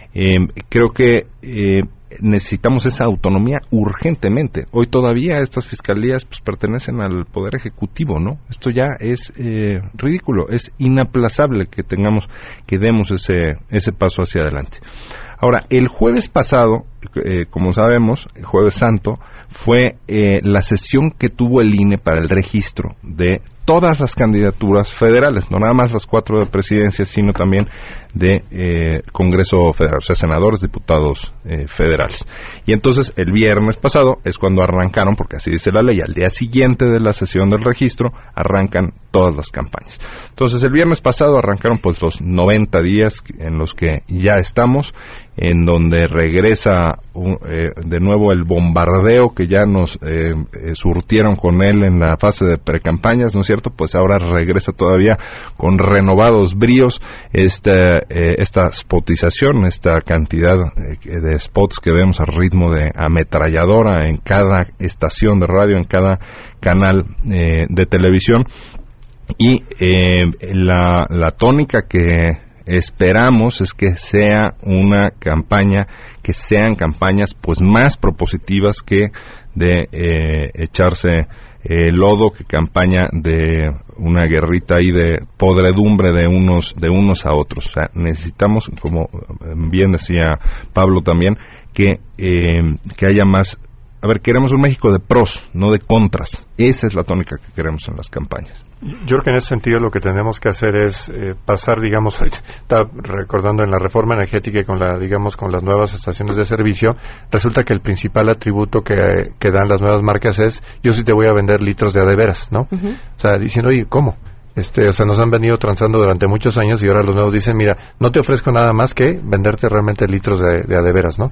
creo que necesitamos esa autonomía urgentemente. Hoy todavía estas fiscalías pues pertenecen al Poder Ejecutivo, ¿no? Esto ya es ridículo, es inaplazable que demos ese paso hacia adelante. Ahora, el jueves pasado, como sabemos, el Jueves Santo, fue la sesión que tuvo el INE para el registro de todas las candidaturas federales, no nada más las 4 de presidencia, sino también de Congreso Federal, o sea, senadores, diputados federales. Y entonces el viernes pasado es cuando arrancaron, porque así dice la ley, al día siguiente de la sesión del registro arrancan todas las campañas. Entonces el viernes pasado arrancaron pues los 90 días en los que ya estamos, en donde regresa de nuevo el bombardeo que ya nos surtieron con él en la fase de precampañas, ¿no es cierto? Pues ahora regresa todavía con renovados bríos esta spotización, esta cantidad de spots que vemos al ritmo de ametralladora en cada estación de radio, en cada canal de televisión. Y la tónica que esperamos es que sea una campaña, que sean campañas pues más propositivas que de echarse lodo, que campaña de una guerrita ahí de podredumbre de unos a otros. O sea, necesitamos, como bien decía Pablo también, que haya más. A ver, queremos un México de pros, no de contras. Esa es la tónica que queremos en las campañas. Yo creo que en ese sentido lo que tenemos que hacer es pasar, digamos, está recordando en la reforma energética y con las nuevas estaciones de servicio, resulta que el principal atributo que dan las nuevas marcas es: yo sí te voy a vender litros de a de veras, ¿no? Uh-huh. O sea, diciendo, oye, ¿cómo? O sea, nos han venido transando durante muchos años y ahora los nuevos dicen, mira, no te ofrezco nada más que venderte realmente litros de a de veras, ¿no?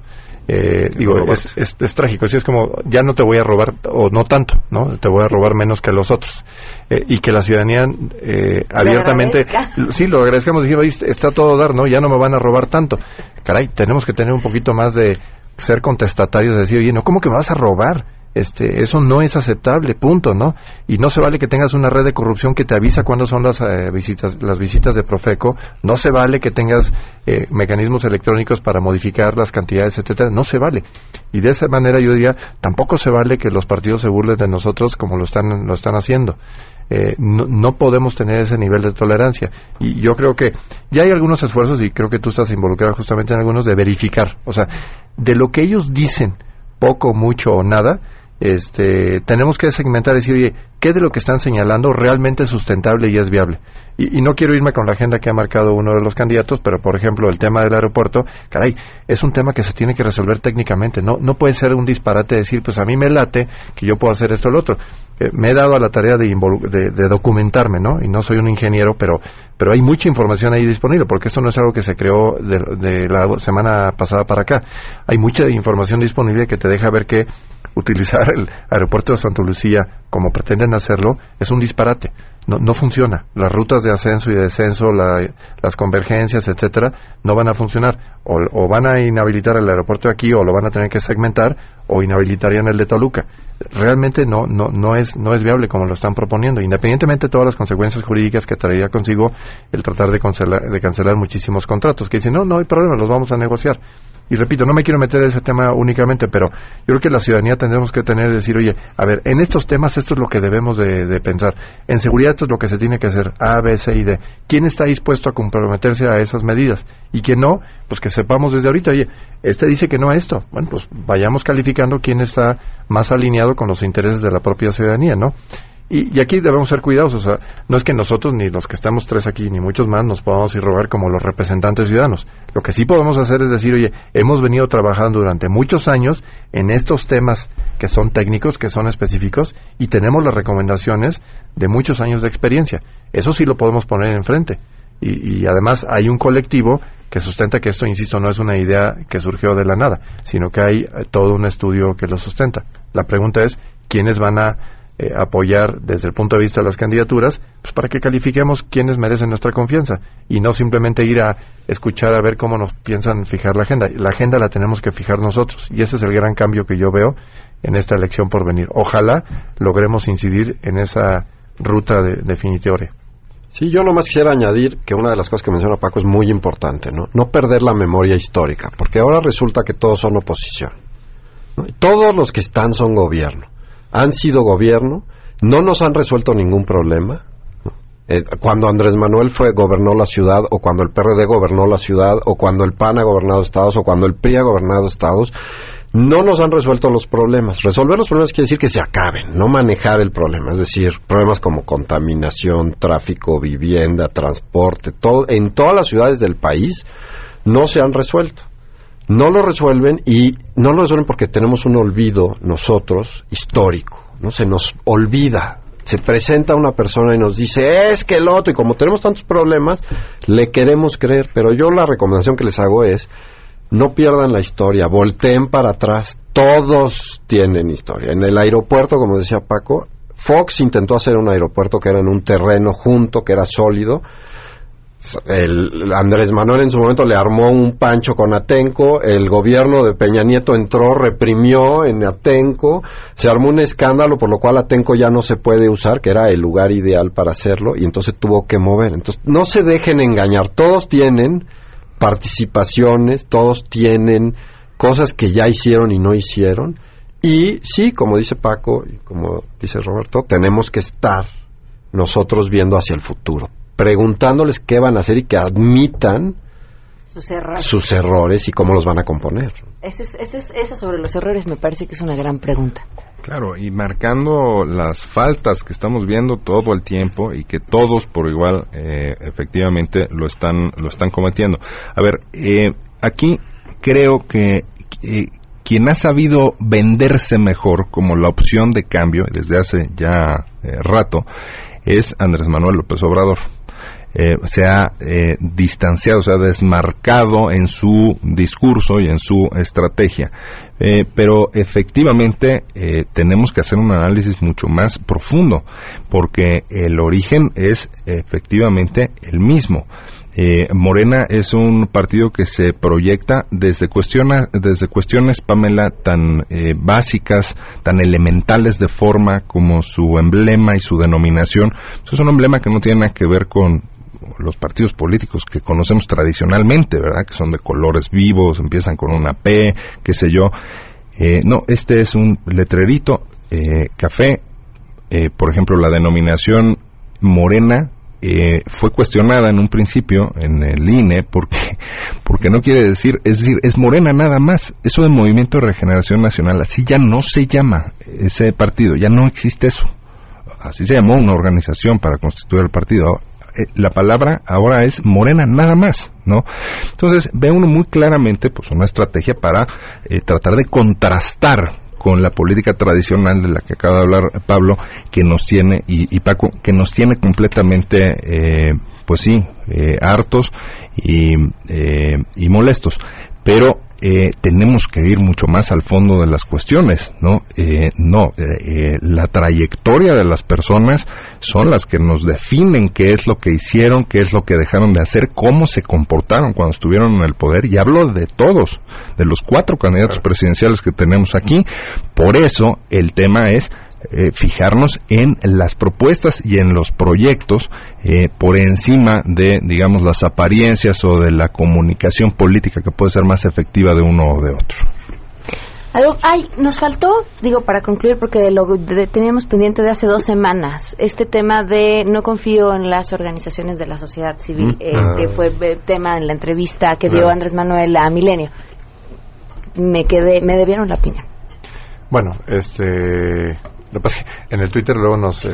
Es trágico, así es como, ya no te voy a robar, o no tanto, ¿no? Te voy a robar menos que los otros. Y que la ciudadanía abiertamente, sí, lo agradezcamos, dijimos, está todo dar, ¿no? Ya no me van a robar tanto. Caray, tenemos que tener un poquito más de ser contestatarios, de decir, oye, no, ¿cómo que me vas a robar? Eso no es aceptable, punto, ¿no? Y no se vale que tengas una red de corrupción que te avisa cuándo son las visitas de Profeco, no se vale que tengas mecanismos electrónicos para modificar las cantidades, etcétera, no se vale. Y de esa manera yo diría, tampoco se vale que los partidos se burlen de nosotros como lo están haciendo. No podemos tener ese nivel de tolerancia. Y yo creo que ya hay algunos esfuerzos, y creo que tú estás involucrado justamente en algunos, de verificar, o sea, de lo que ellos dicen, poco, mucho o nada, tenemos que segmentar y decir, oye, ¿qué de lo que están señalando realmente es sustentable y es viable? Y no quiero irme con la agenda que ha marcado uno de los candidatos, pero por ejemplo el tema del aeropuerto, caray, es un tema que se tiene que resolver técnicamente, no puede ser un disparate decir, pues a mí me late que yo puedo hacer esto o lo otro. Me he dado a la tarea de documentarme, ¿no? Y no soy un ingeniero, pero hay mucha información ahí disponible, porque esto no es algo que se creó de la semana pasada para acá. Hay mucha información disponible que te deja ver que utilizar el aeropuerto de Santa Lucía como pretenden hacerlo es un disparate. No funciona. Las rutas de ascenso y de descenso, las convergencias, etcétera, no van a funcionar. O van a inhabilitar el aeropuerto de aquí, o lo van a tener que segmentar, o inhabilitarían el de Toluca. Realmente no es viable como lo están proponiendo, independientemente de todas las consecuencias jurídicas que traería consigo el tratar de cancelar muchísimos contratos, que dicen, no hay problema, los vamos a negociar. Y repito, no me quiero meter en ese tema únicamente, pero yo creo que la ciudadanía tendremos que decir, oye, a ver, en estos temas esto es lo que debemos de pensar. En seguridad esto es lo que se tiene que hacer, A, B, C y D. ¿Quién está dispuesto a comprometerse a esas medidas? Y quién no, pues que sepamos desde ahorita, oye, dice que no a esto. Bueno, pues vayamos calificando quién está más alineado con los intereses de la propia ciudadanía, ¿no? Y aquí debemos ser cuidadosos, o sea, no es que nosotros, ni los que estamos tres aquí, ni muchos más, nos podamos ir rogar como los representantes ciudadanos. Lo que sí podemos hacer es decir, oye, hemos venido trabajando durante muchos años en estos temas que son técnicos, que son específicos, y tenemos las recomendaciones de muchos años de experiencia. Eso sí lo podemos poner enfrente. Y además hay un colectivo que sustenta que esto, insisto, no es una idea que surgió de la nada, sino que hay todo un estudio que lo sustenta. La pregunta es, ¿quiénes van a apoyar desde el punto de vista de las candidaturas, pues para que califiquemos quiénes merecen nuestra confianza y no simplemente ir a escuchar a ver cómo nos piensan fijar la agenda. La agenda la tenemos que fijar nosotros y ese es el gran cambio que yo veo en esta elección por venir. Ojalá logremos incidir en esa ruta definitoria. Sí, yo nomás quisiera añadir que una de las cosas que menciona Paco es muy importante, no perder la memoria histórica, porque ahora resulta que todos son oposición, ¿no? Todos los que están son gobierno. Han sido gobierno, no nos han resuelto ningún problema. Cuando Andrés Manuel gobernó la ciudad, o cuando el PRD gobernó la ciudad, o cuando el PAN ha gobernado estados, o cuando el PRI ha gobernado estados, no nos han resuelto los problemas. Resolver los problemas quiere decir que se acaben, no manejar el problema. Es decir, problemas como contaminación, tráfico, vivienda, transporte, en todas las ciudades del país no se han resuelto. No lo resuelven y no lo resuelven porque tenemos un olvido nosotros histórico, ¿no? Se nos olvida. Se presenta una persona y nos dice, es que el otro, y como tenemos tantos problemas, le queremos creer. Pero yo la recomendación que les hago es, no pierdan la historia, volteen para atrás, todos tienen historia. En el aeropuerto, como decía Paco, Fox intentó hacer un aeropuerto que era en un terreno junto, que era sólido. Andrés Manuel en su momento le armó un pancho con Atenco, el gobierno de Peña Nieto entró, reprimió en Atenco, se armó un escándalo por lo cual Atenco ya no se puede usar, que era el lugar ideal para hacerlo, y entonces tuvo que mover. Entonces no se dejen engañar, todos tienen participaciones, todos tienen cosas que ya hicieron y no hicieron, y sí, como dice Paco y como dice Roberto, tenemos que estar nosotros viendo hacia el futuro, preguntándoles qué van a hacer y que admitan sus errores y cómo los van a componer. Esa sobre los errores me parece que es una gran pregunta. Claro, y marcando las faltas que estamos viendo todo el tiempo y que todos por igual efectivamente lo están cometiendo. A ver, aquí creo que quien ha sabido venderse mejor como la opción de cambio desde hace ya rato es Andrés Manuel López Obrador. Se ha distanciado, se ha desmarcado en su discurso y en su estrategia. Pero efectivamente tenemos que hacer un análisis mucho más profundo, porque el origen es efectivamente el mismo. Morena es un partido que se proyecta desde cuestiones, Pamela, tan básicas, tan elementales de forma como su emblema y su denominación. Es un emblema que no tiene nada que ver con los partidos políticos que conocemos tradicionalmente, ¿verdad? Que son de colores vivos, empiezan con una P, qué sé yo. No, este es un letrerito, café. Por ejemplo, la denominación Morena fue cuestionada en un principio en el INE porque no quiere decir, es decir, es Morena nada más. Eso de Movimiento de Regeneración Nacional, así ya no se llama ese partido, ya no existe eso. Así se llamó una organización para constituir el partido. La palabra ahora es Morena nada más, ¿no? Entonces ve uno muy claramente pues una estrategia para tratar de contrastar con la política tradicional de la que acaba de hablar Pablo, que nos tiene y Paco, que nos tiene completamente pues sí, hartos y molestos. Pero tenemos que ir mucho más al fondo de las cuestiones, ¿no? La trayectoria de las personas son las que nos definen qué es lo que hicieron, qué es lo que dejaron de hacer, cómo se comportaron cuando estuvieron en el poder, y hablo de todos, de los 4 candidatos presidenciales que tenemos aquí. Por eso el tema es fijarnos en las propuestas y en los proyectos por encima de, digamos, las apariencias o de la comunicación política que puede ser más efectiva de uno o de otro. Nos faltó, para concluir, porque teníamos pendiente de hace 2 semanas, este tema de no confío en las organizaciones de la sociedad civil, que fue tema en la entrevista que dio Andrés Manuel a Milenio. Me debieron la opinión. Bueno, lo que pasa es que en el Twitter luego nos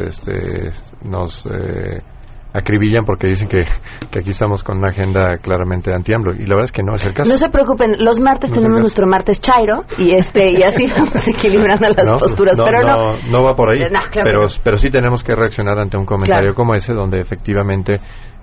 acribillan porque dicen que aquí estamos con una agenda claramente anti-AMLO, y la verdad es que no es el caso. No se preocupen, los martes tenemos nuestro martes chairo y así vamos equilibrando las posturas, pero no va por ahí. Claro, pero sí tenemos que reaccionar ante un comentario como ese, donde efectivamente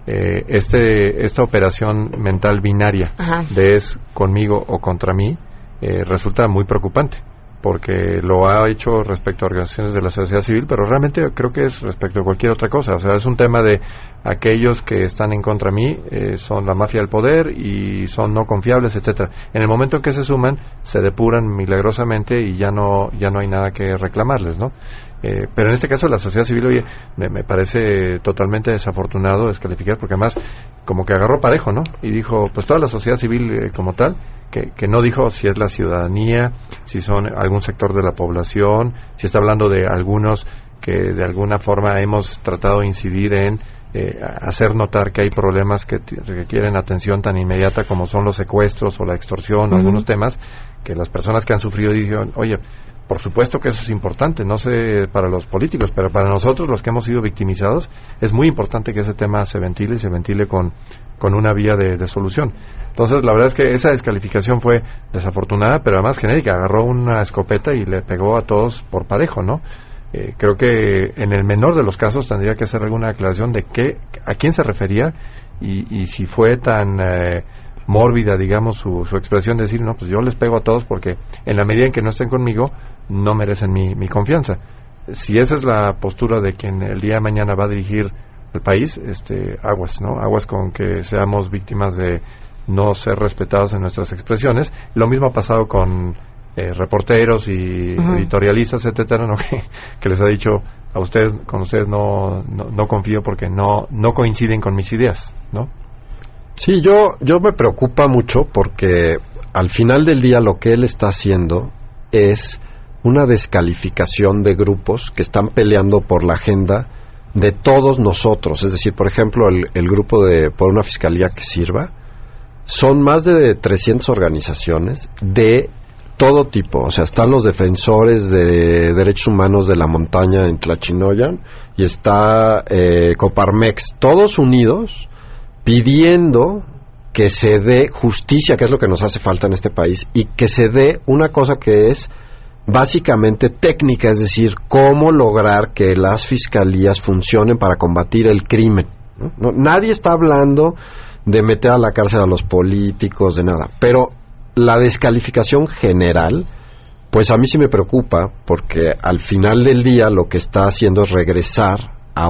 esta operación mental binaria de es conmigo o contra mí resulta muy preocupante, porque lo ha hecho respecto a organizaciones de la sociedad civil, pero realmente creo que es respecto a cualquier otra cosa. O sea, es un tema de aquellos que están en contra de mí, son la mafia del poder y son no confiables, etcétera. En el momento en que se suman, se depuran milagrosamente y ya no hay nada que reclamarles, ¿no? Pero en este caso la sociedad civil, oye, me parece totalmente desafortunado descalificar, porque además como que agarró parejo, ¿no? Y dijo, pues toda la sociedad civil como tal, que no dijo si es la ciudadanía, si son algún sector de la población, si está hablando de algunos que de alguna forma hemos tratado de incidir en hacer notar que hay problemas que requieren atención tan inmediata como son los secuestros o la extorsión, o algunos temas que las personas que han sufrido dijeron, oye, por supuesto que eso es importante, no sé para los políticos, pero para nosotros, los que hemos sido victimizados, es muy importante que ese tema se ventile y se ventile con una vía de solución. Entonces, la verdad es que esa descalificación fue desafortunada, pero además genérica. Agarró una escopeta y le pegó a todos por parejo, ¿no? Creo que en el menor de los casos tendría que hacer alguna aclaración de a quién se refería y si fue tan mórbida, digamos, su expresión de decir, no, pues yo les pego a todos porque en la medida en que no estén conmigo no merecen mi confianza. Si esa es la postura de quien el día de mañana va a dirigir el país, aguas, ¿no? Aguas con que seamos víctimas de no ser respetados en nuestras expresiones. Lo mismo ha pasado con reporteros y editorialistas, etcétera, ¿no? que les ha dicho a ustedes, con ustedes no confío porque no coinciden con mis ideas, ¿no? Sí, yo me preocupa mucho porque al final del día lo que él está haciendo es una descalificación de grupos que están peleando por la agenda de todos nosotros. Es decir, por ejemplo, el grupo de Por una Fiscalía que Sirva, son más de 300 organizaciones de todo tipo. O sea, están los defensores de derechos humanos de la montaña en Tlachinoyan y está Coparmex, todos unidos pidiendo que se dé justicia, que es lo que nos hace falta en este país, y que se dé una cosa que es básicamente técnica, es decir, cómo lograr que las fiscalías funcionen para combatir el crimen, ¿no? Nadie está hablando de meter a la cárcel a los políticos, de nada, pero la descalificación general, pues a mí sí me preocupa, porque al final del día lo que está haciendo es regresar a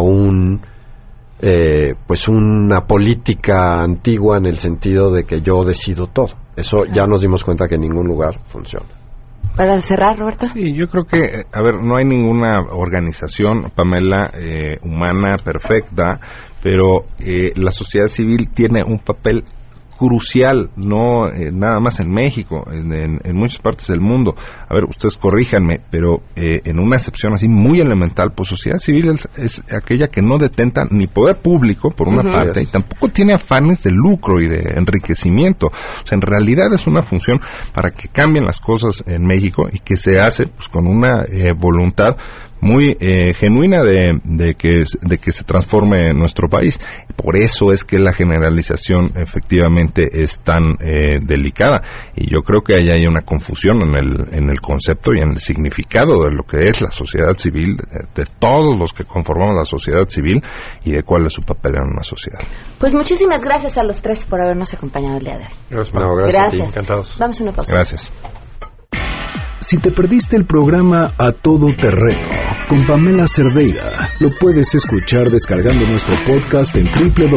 pues una política antigua, en el sentido de que yo decido todo. Eso ya nos dimos cuenta que en ningún lugar funciona. Para cerrar, Roberto. Sí, yo creo que, no hay ninguna organización, Pamela, humana, perfecta, pero la sociedad civil tiene un papel crucial, no nada más en México, en muchas partes del mundo. A ver, ustedes corríjanme, pero en una excepción así muy elemental, pues sociedad civil es aquella que no detenta ni poder público, por una parte, y tampoco tiene afanes de lucro y de enriquecimiento. O sea, en realidad es una función para que cambien las cosas en México, y que se hace pues con una voluntad muy genuina de que se transforme nuestro país. Por eso es que la generalización efectivamente es tan delicada, y yo creo que ahí hay una confusión en el concepto y en el significado de lo que es la sociedad civil, de todos los que conformamos la sociedad civil, y de cuál es su papel en una sociedad. Pues muchísimas gracias a los tres por habernos acompañado el día de hoy. Gracias a ti, encantados. Vamos a una pausa. Gracias. Si te perdiste el programa A Todo Terreno con Pamela Cerdeira, lo puedes escuchar descargando nuestro podcast en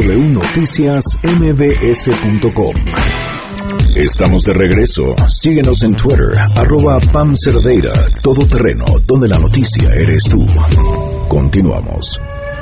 www.noticiasmbs.com. Estamos de regreso. Síguenos en Twitter, @PamCerdeira, Todo Terreno, donde la noticia eres tú. Continuamos.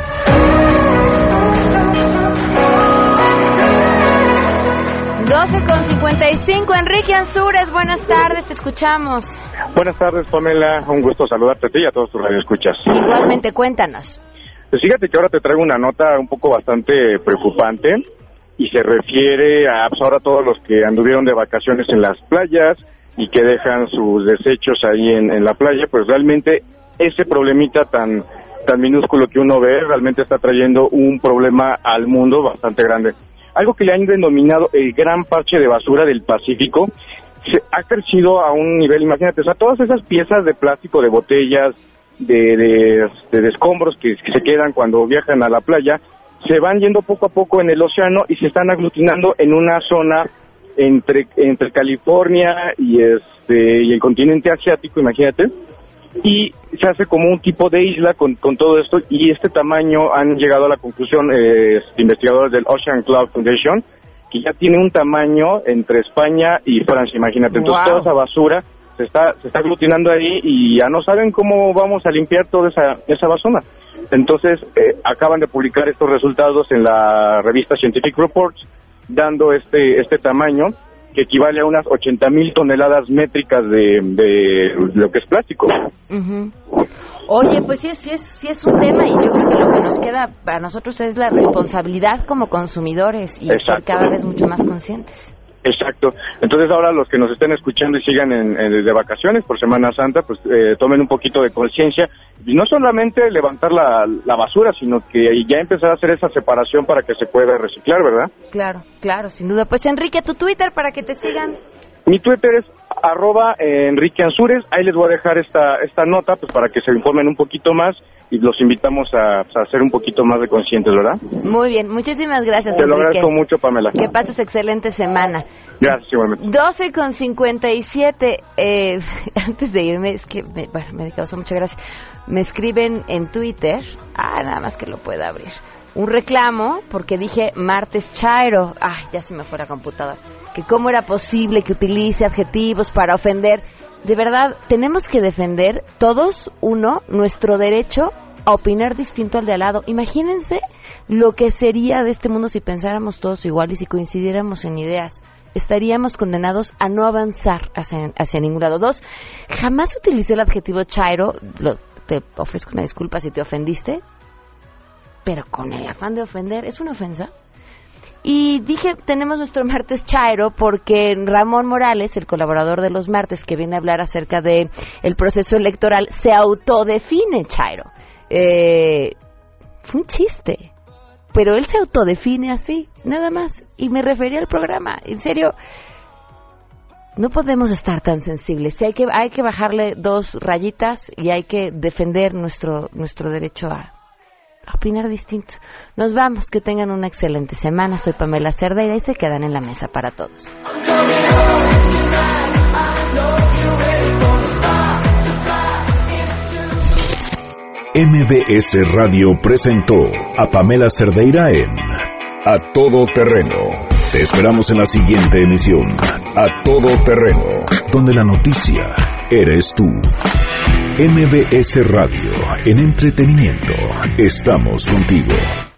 con 55, Enrique Ansúrez, buenas tardes, te escuchamos. Buenas tardes, Pamela, un gusto saludarte a ti y a todos tus radioescuchas. Igualmente, cuéntanos. Pues fíjate que ahora te traigo una nota un poco bastante preocupante, y se refiere a ahora todos los que anduvieron de vacaciones en las playas y que dejan sus desechos ahí en la playa. Pues realmente ese problemita tan minúsculo que uno ve realmente está trayendo un problema al mundo bastante grande. Algo que le han denominado el gran parche de basura del Pacífico ha crecido a un nivel, imagínate, o sea, todas esas piezas de plástico, de botellas, de escombros que se quedan cuando viajan a la playa, se van yendo poco a poco en el océano y se están aglutinando en una zona entre California y el continente asiático, imagínate, y se hace como un tipo de isla con todo esto, y este tamaño han llegado a la conclusión investigadores del Ocean Cloud Foundation, que ya tiene un tamaño entre España y Francia, imagínate. Entonces toda esa basura se está aglutinando ahí y ya no saben cómo vamos a limpiar toda esa basura. Entonces acaban de publicar estos resultados en la revista Scientific Reports, dando este tamaño, que equivale a unas 80,000 toneladas métricas de lo que es plástico. Uh-huh. Oye, pues sí es un tema, y yo creo que lo que nos queda para nosotros es la responsabilidad como consumidores y ser cada vez mucho más conscientes. Exacto. Entonces ahora los que nos estén escuchando y sigan de vacaciones por Semana Santa, pues tomen un poquito de conciencia, y no solamente levantar la basura, sino que ya empezar a hacer esa separación para que se pueda reciclar, ¿verdad? Claro, sin duda. Pues Enrique, tu Twitter para que te sigan. Mi Twitter es @Enrique Ansúrez. Ahí les voy a dejar esta nota, pues para que se informen un poquito más, y los invitamos a ser un poquito más de conscientes, ¿verdad? Muy bien, muchísimas gracias, Te Enrique. lo agradezco mucho, Pamela. Que pases excelente semana. Gracias, igualmente. 12:57, antes de irme, es que me causó mucha gracia. Me escriben en Twitter, nada más que lo pueda abrir, un reclamo porque dije martes chairo. Ya se me fue la computadora. Que cómo era posible que utilice adjetivos para ofender. De verdad, tenemos que defender todos, nuestro derecho a opinar distinto al de al lado. Imagínense lo que sería de este mundo si pensáramos todos igual y si coincidiéramos en ideas. Estaríamos condenados a no avanzar hacia ningún lado. 2, jamás utilicé el adjetivo chairo. Te ofrezco una disculpa si te ofendiste, pero con el afán de ofender, ¿es una ofensa? Y dije, tenemos nuestro martes chairo porque Ramón Morales, el colaborador de los martes, que viene a hablar acerca de el proceso electoral, se autodefine chairo. Fue un chiste, pero él se autodefine así, nada más, y me refería al programa. En serio, no podemos estar tan sensibles. Sí, hay que bajarle 2 rayitas y hay que defender nuestro derecho a opinar distinto. Nos vamos, que tengan una excelente semana. Soy Pamela Cerdeira y se quedan en la mesa para todos. MBS Radio presentó a Pamela Cerdeira en A Todo Terreno. Te esperamos en la siguiente emisión, A Todo Terreno, donde la noticia eres tú. MBS Radio, en entretenimiento, estamos contigo.